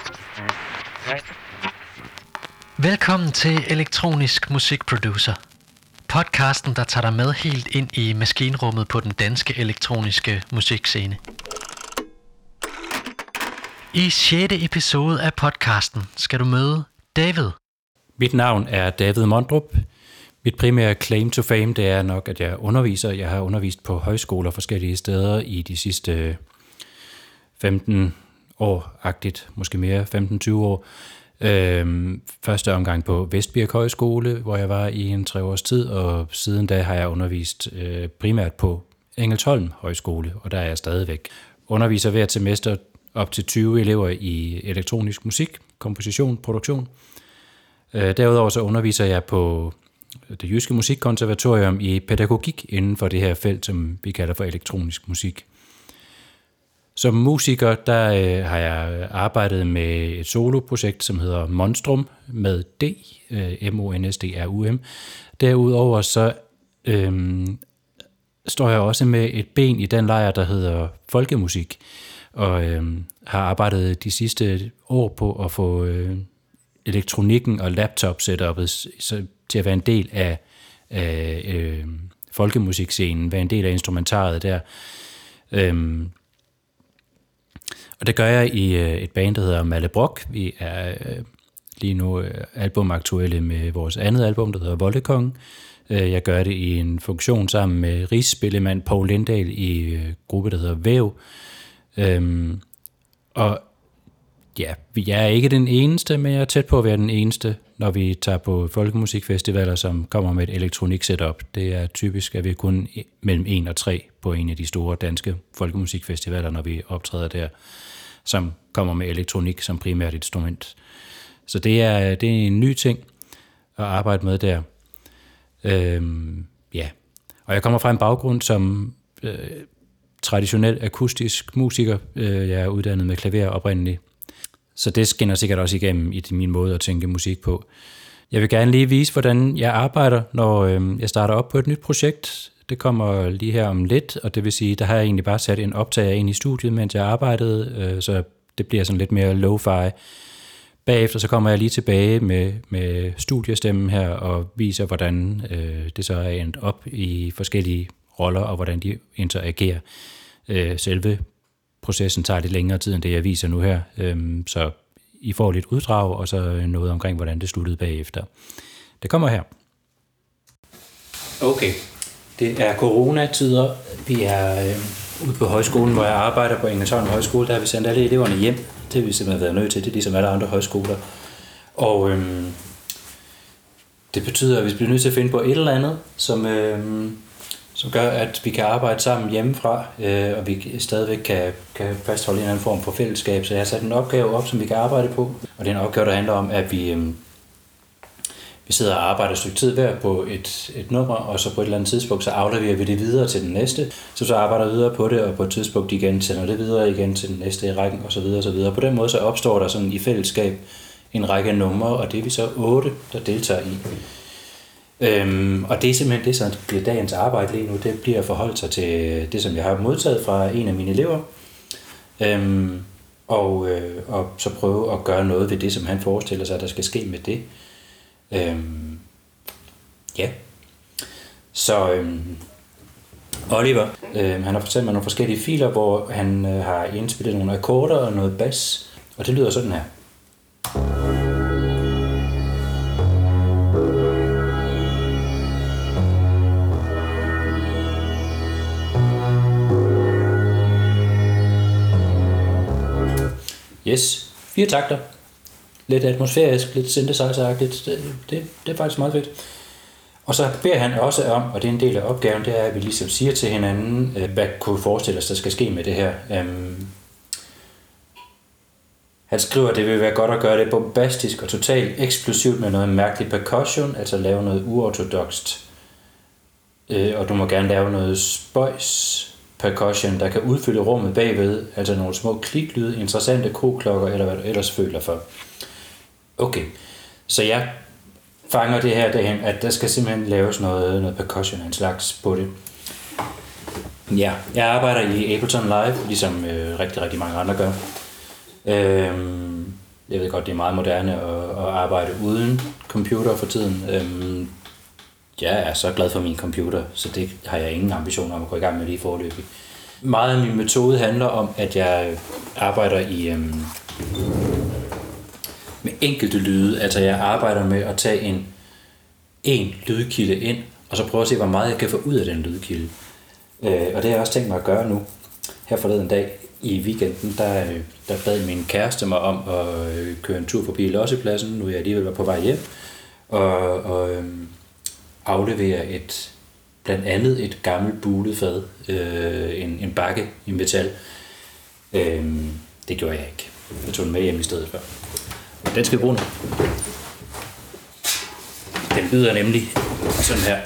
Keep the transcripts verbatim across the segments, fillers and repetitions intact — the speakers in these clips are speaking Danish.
Velkommen til Elektronisk Musikproducer. Podcasten, der tager dig med helt ind i maskinrummet på den danske elektroniske musikscene. I sjette episode af podcasten skal du møde David. Mit navn er David Mondrup. Mit primære claim to fame, det er nok, at jeg underviser. Jeg har undervist på højskoler forskellige steder i de sidste femten år-agtigt, måske mere, femten til tyve år. Øhm, første omgang på Vestbirk Højskole, hvor jeg var i en tre års tid, og siden da har jeg undervist øh, primært på Engelsholm Højskole, og der er jeg stadigvæk. Underviser hvert semester op til tyve elever i elektronisk musik, komposition, produktion. Øh, derudover så underviser jeg på Det Jyske Musikkonservatorium i pædagogik inden for det her felt, som vi kalder for elektronisk musik. Som musiker, der øh, har jeg arbejdet med et soloprojekt, som hedder Monstrum med D, øh, M O N S D R U M. Derudover så øh, står jeg også med et ben i den lejr, der hedder folkemusik, og øh, har arbejdet de sidste år på at få øh, elektronikken og laptop-setupet til at være en del af, af øh, folkemusikscenen, være en del af instrumentaret der. Øh, Og det gør jeg i øh, et band, der hedder Malle Brock. Vi er øh, lige nu øh, albumaktuelle med vores andet album, der hedder Voldekongen. Øh, jeg gør det i en funktion sammen med rigsspillemand Poul Lindahl i øh, gruppe, der hedder Væv. Øhm, og ja, jeg er ikke den eneste, men jeg er tæt på at være den eneste, når vi tager på folkemusikfestivaler, som kommer med et elektronik setup. Det er typisk, at vi er kun mellem en og tre på en af de store danske folkemusikfestivaler, når vi optræder der, som kommer med elektronik som primært instrument. Så det er, det er en ny ting at arbejde med der. Øhm, ja. Og jeg kommer fra en baggrund som øh, traditionel akustisk musiker. Øh, jeg er uddannet med klaver oprindeligt. Så det skinner sikkert også igennem i min måde at tænke musik på. Jeg vil gerne lige vise, hvordan jeg arbejder, når øh, jeg starter op på et nyt projekt. Det kommer lige her om lidt, og det vil sige, der har jeg egentlig bare sat en optager ind i studiet, mens jeg arbejdede, øh, så det bliver sådan lidt mere lo-fi. Bagefter så kommer jeg lige tilbage med, med studiestemmen her og viser, hvordan øh, det så er endt op i forskellige roller, og hvordan de interagerer. Øh, selve processen tager lidt længere tid, end det jeg viser nu her, øh, så I får lidt uddrag, og så noget omkring, hvordan det sluttede bagefter. Det kommer her. Okay. Det er coronatider. Vi er øh, ude på højskolen, hvor jeg arbejder på Engelsholm Højskole. Der har vi sendt alle eleverne hjem. Det har vi simpelthen været nødt til. Det er ligesom alle andre højskoler. Og øh, det betyder, at vi bliver nødt til at finde på et eller andet, som, øh, som gør, at vi kan arbejde sammen hjemmefra, øh, og vi stadigvæk kan, kan fastholde en eller anden form for fællesskab. Så jeg har sat en opgave op, som vi kan arbejde på. Og det er en opgave, der handler om, at vi... Øh, Vi sidder og arbejder et stykke tid hver på et, et nummer, og så på et eller andet tidspunkt, så afleverer vi det videre til den næste. Så så arbejder videre på det, og på et tidspunkt igen sender det videre igen til den næste i rækken, og så videre, og så videre. På den måde så opstår der sådan i fællesskab en række numre, og det er vi så otte, der deltager i. Øhm, og det er simpelthen det, som bliver dagens arbejde lige nu. Det bliver at forholde sig til det, som jeg har modtaget fra en af mine elever. Øhm, og, øh, og så prøve at gøre noget ved det, som han forestiller sig, der skal ske med det. Øhm, ja, så øhm, Oliver, øhm, han har fortalt mig nogle forskellige filer, hvor han øh, har indspillet nogle akkorder og noget bas, og det lyder sådan her. Yes, fire takter. Lidt atmosfærisk, lidt synthesizer-agtigt. Det, det, det er faktisk meget fedt. Og så beder han også om, og det er en del af opgaven, det er, at vi ligesom siger til hinanden, hvad kunne forestille os, der skal ske med det her. Um, han skriver, at det vil være godt at gøre det bombastisk og totalt eksplosivt med noget mærkelig percussion, altså lave noget uortodokst. Uh, og du må gerne lave noget spøjs percussion, der kan udfylde rummet bagved, altså nogle små kliklyde, interessante koklokker, eller hvad du ellers føler for. Okay, så jeg fanger det her derhen, at der skal simpelthen laves noget, noget percussion af en slags på det. Ja, jeg arbejder i Ableton Live, ligesom øh, rigtig, rigtig mange andre gør. Øhm, Jeg ved godt, det er meget moderne at, at arbejde uden computer for tiden. Øhm, jeg er så glad for min computer, så det har jeg ingen ambitioner om at gå i gang med lige foreløbig. Meget af min metode handler om, at jeg arbejder i øhm, med enkelte lyde. Altså jeg arbejder med at tage en, en lydkilde ind, og så prøve at se, hvor meget jeg kan få ud af den lydkilde. Øh, og det har jeg også tænkt mig at gøre nu. Her forleden dag i weekenden, der, der bad min kæreste mig om at køre en tur forbi Lossepladsen. Nu er jeg alligevel på vej hjem. Og, og øhm, aflevere et, blandt andet et gammelt bulet fad, øh, en, en bakke i metal. Øh, det gjorde jeg ikke. Jeg tog den med hjem i stedet for. Den skal vi bruge nu. Den lyder nemlig sådan her.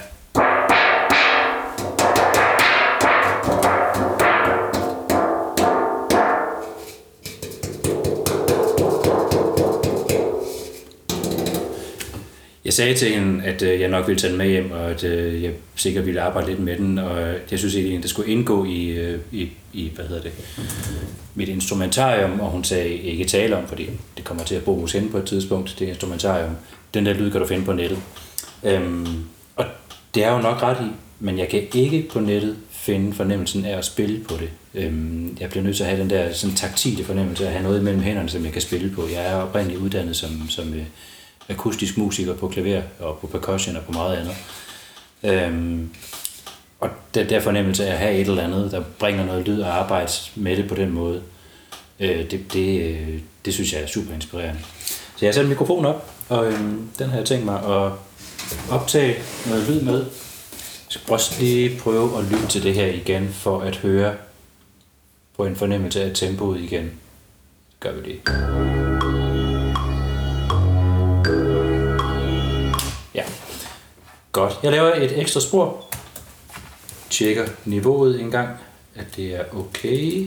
Jeg sagde til hende, at jeg nok ville tage den med hjem, og at jeg sikkert ville arbejde lidt med den, og jeg synes egentlig, at det skulle indgå i, i, i hvad hedder det, mit instrumentarium, og hun sagde, ikke tale om, fordi det kommer til at bruges hen på et tidspunkt, det instrumentarium. Den der lyd kan du finde på nettet. Øhm, og det er jo nok ret i, men jeg kan ikke på nettet finde fornemmelsen af at spille på det. Øhm, jeg bliver nødt til at have den der sådan taktile fornemmelse af at have noget mellem hænderne, som jeg kan spille på. Jeg er oprindeligt uddannet som, som øh, akustisk musiker på klaver og på percussion og på meget andet. Øhm, og den der fornemmelse af at have et eller andet, der bringer noget lyd og arbejde med det på den måde, øh, det, det, øh, det synes jeg er super inspirerende. Så jeg har sat mikrofonen op, og øhm, den har jeg tænkt mig at optage noget lyd med. Jeg skal også lige prøve at lytte til det her igen, for at høre på en fornemmelse af tempoet igen. Så gør vi det. Ja, godt. Jeg laver et ekstra spor. Tjekker niveauet en gang, at det er okay.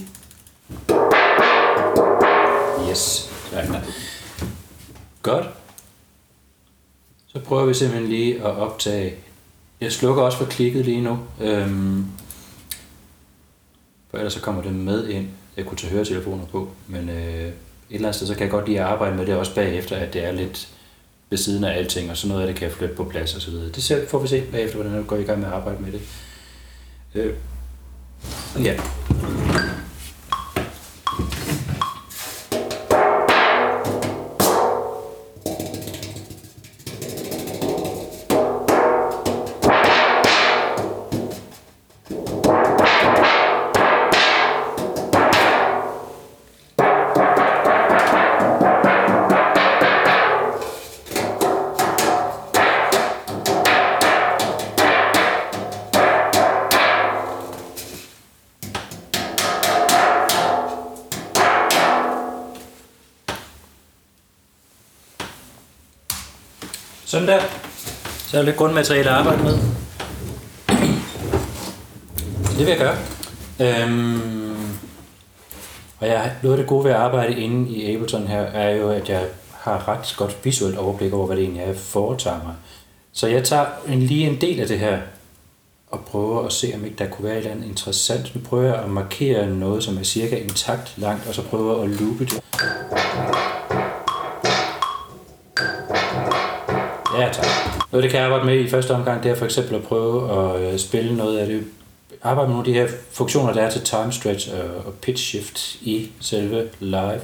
Yes, sådan der. Godt. Så prøver vi simpelthen lige at optage. Jeg slukker også for klikket lige nu. Øhm, for ellers så kommer det med ind. Jeg kunne tage høretelefoner på, men øh, et eller andet sted, så kan jeg godt lide at arbejde med det også bagefter, at det er lidt ved siden af alting, og så noget af det kan jeg flytte på plads og så videre. Det får vi se bagefter, hvordan jeg går i gang med at arbejde med det. Øh, ja. Sådan der. Så er der lidt grundmateriale at arbejde med. Så det vil jeg gøre. Øhm, og jeg, noget af det gode ved at arbejde inde i Ableton her, er jo, at jeg har ret godt visuelt overblik over, hvad det egentlig er, jeg foretager mig. Så jeg tager en, lige en del af det her, og prøver at se, om ikke der kunne være et eller andet interessant. Nu prøver jeg at markere noget, som er cirka en takt langt, og så prøver jeg at loope det. Ja, tak. Noget, det kan jeg arbejde med i første omgang, det er for eksempel at prøve at spille noget af det. Arbejde med nogle af de her funktioner, der er til time stretch og pitch shift i selve live.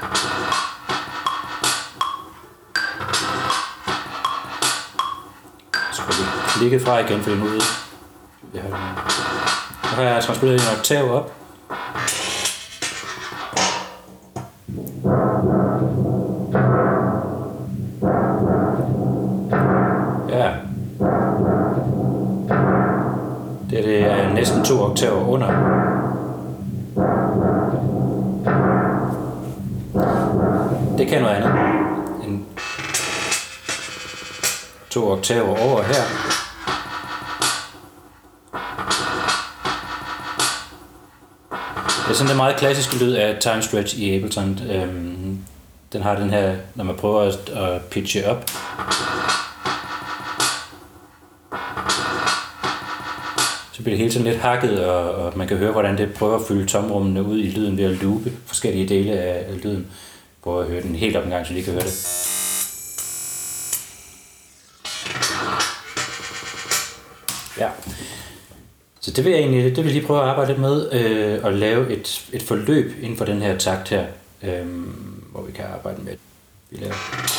Så skal vi klikke fra igen, for det er nu ude. Jeg har, nu har jeg transpoleret en oktav op. Ja. Det, det er næsten to oktaver under. Det kan noget andet. En to oktaver over her. Det er sådan en meget klassisk lyd af time stretch i Ableton. Øhm, den har den her, når man prøver at, at pitche op. Så bliver det hele tiden lidt hakket, og, og man kan høre, hvordan det prøver at fylde tomrummene ud i lyden ved at loope forskellige dele af, af lyden. prøve at høre den helt op en gang, så I kan høre det. Ja. Så det vil jeg egentlig, det vil jeg lige prøve at arbejde lidt med, øh, og lave et, et forløb inden for den her takt her, øh, hvor vi kan arbejde med. Vi laver.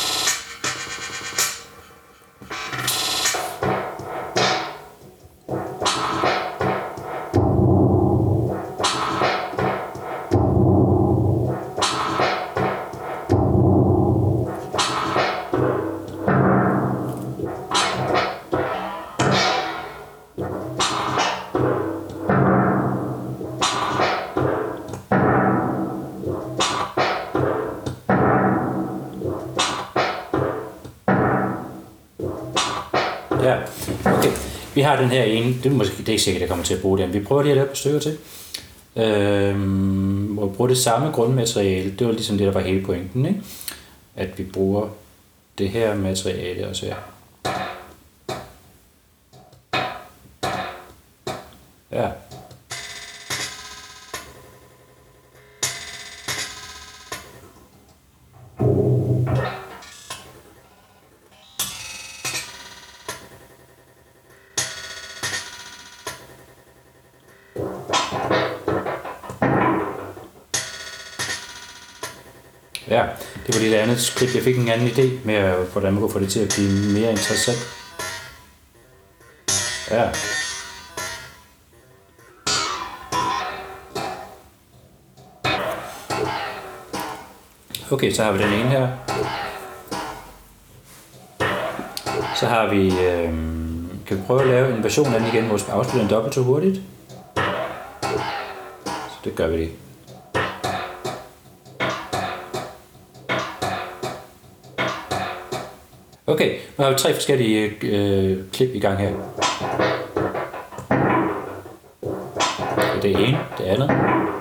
Ja, okay. Vi har den her ene, det er måske det er ikke sikkert, at jeg kommer til at bruge den. Vi prøver lige at lave et par stykker til. Øhm, hvor vi bruger det samme grundmateriale, det var ligesom det, der var hele pointen, ikke? At vi bruger det her materiale også her. Ja. Ja, det var lige det andet klip. Jeg fik en anden idé med, hvordan man kunne få det til at blive mere interessant. Ja. Okay, så har vi den ene her. Så har vi, øh, kan vi prøve at lave en version af den igen, hvor vi afspiller en dobbelt så hurtigt. Så det gør vi lige. Okay, nu har vi tre forskellige øh, klip i gang her. Det ene, det andet.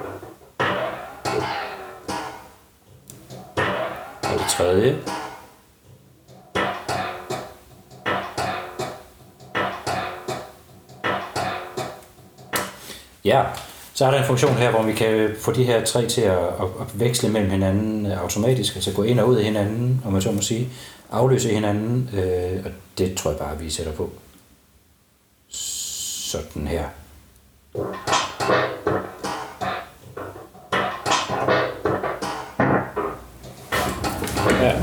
Og det tredje. Ja, så er der en funktion her, hvor vi kan få de her tre til at, at, at veksle mellem hinanden automatisk, altså gå ind og ud af hinanden, om man så må sige, afløse hinanden, øh, og det tror jeg bare, vi sætter på. Sådan her. Ja.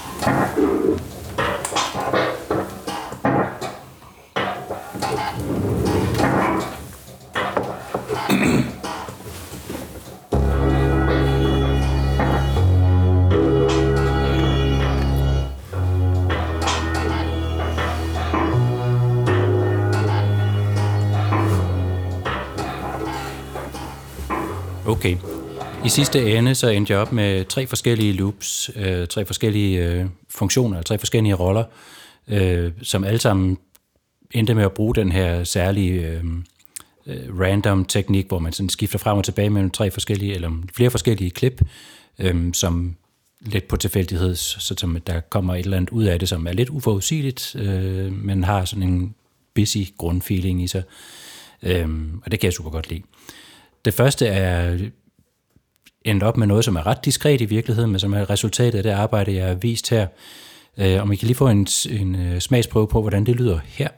Okay. I sidste ende så endte jeg op med tre forskellige loops, øh, tre forskellige øh, funktioner, tre forskellige roller, øh, som alle sammen endte med at bruge den her særlige øh, øh, random teknik, hvor man sådan skifter frem og tilbage mellem tre forskellige eller flere forskellige klip, øh, som lidt på tilfældighed, så som der kommer et eller andet ud af det, som er lidt uforudsigeligt, øh, men har sådan en busy grundfeeling i sig, øh, og det kan jeg super godt lide. Det første er endt op med noget, som er ret diskret i virkeligheden, men som er resultatet af det arbejde, jeg har vist her. Øh, og vi kan lige få en, en smagsprøve på, hvordan det lyder her.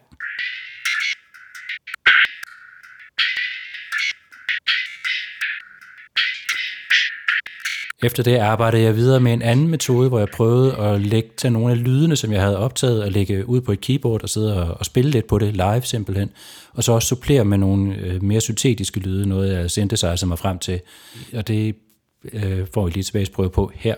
Efter det arbejdede jeg videre med en anden metode, hvor jeg prøvede at lægge til nogle af lydene, som jeg havde optaget, og lægge ud på et keyboard og sidde og, og spille lidt på det live simpelthen. Og så også supplere med nogle øh, mere syntetiske lyde, noget jeg synthesizer mig frem til. Og det øh, får vi lige tilbage prøve på her.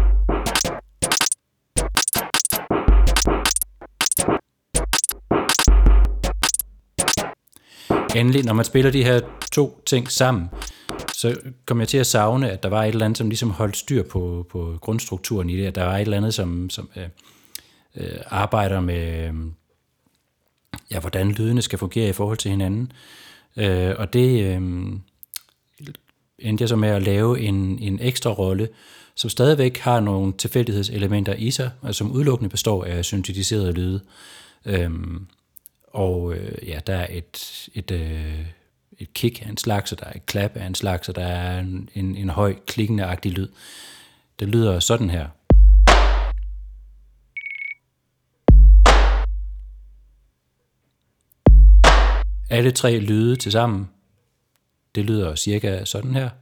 Endelig, når man spiller de her to ting sammen, så kom jeg til at savne, at der var et eller andet, som ligesom holdt styr på, på grundstrukturen i det. At der var et eller andet, som, som øh, øh, arbejder med, øh, ja, hvordan lydene skal fungere i forhold til hinanden. Øh, og det øh, endte jeg så med at lave en, en ekstra rolle, som stadigvæk har nogle tilfældighedselementer i sig, og som udelukkende består af syntetiserede lyde. Øh, og øh, ja, der er et... et øh, et kick af en slags, og der er et klap af en slags, og der er en, en, en høj, klikkende-agtig lyd. Det lyder sådan her. Alle tre lyde til sammen, det lyder cirka sådan her.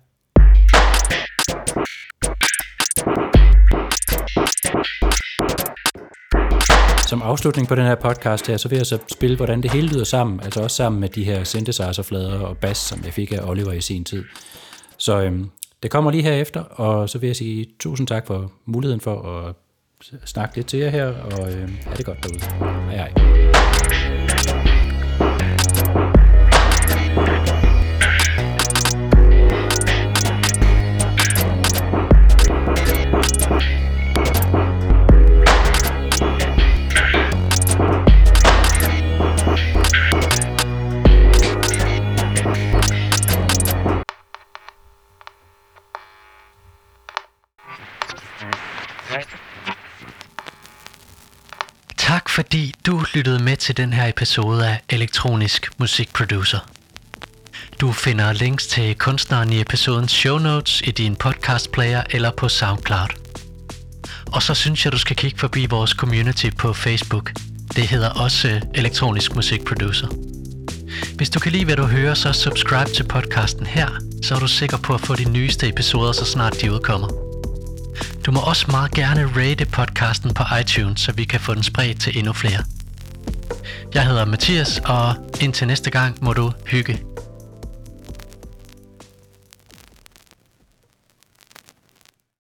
Som afslutning på den her podcast her, så vil jeg så spille, hvordan det hele lyder sammen, altså også sammen med de her synthesizer-flader og bass, som jeg fik af Oliver i sin tid. Så øhm, det kommer lige herefter, og så vil jeg sige tusind tak for muligheden for at snakke lidt til jer her, og øhm, ha' det godt derude. Hej hej. Tak fordi du lyttede med til den her episode af Elektronisk Musikproducer. Du finder links til kunstneren i episodens show notes i din podcast player eller på SoundCloud. Og så synes jeg, du skal kigge forbi vores community på Facebook. Det hedder også Elektronisk Musikproducer. Hvis du kan lide, hvad du hører, så subscribe til podcasten her, så er du sikker på at få de nyeste episoder, så snart de udkommer. Du må også meget gerne rate podcasten på iTunes, så vi kan få den spredt til endnu flere. Jeg hedder Mathias, og indtil næste gang må du hygge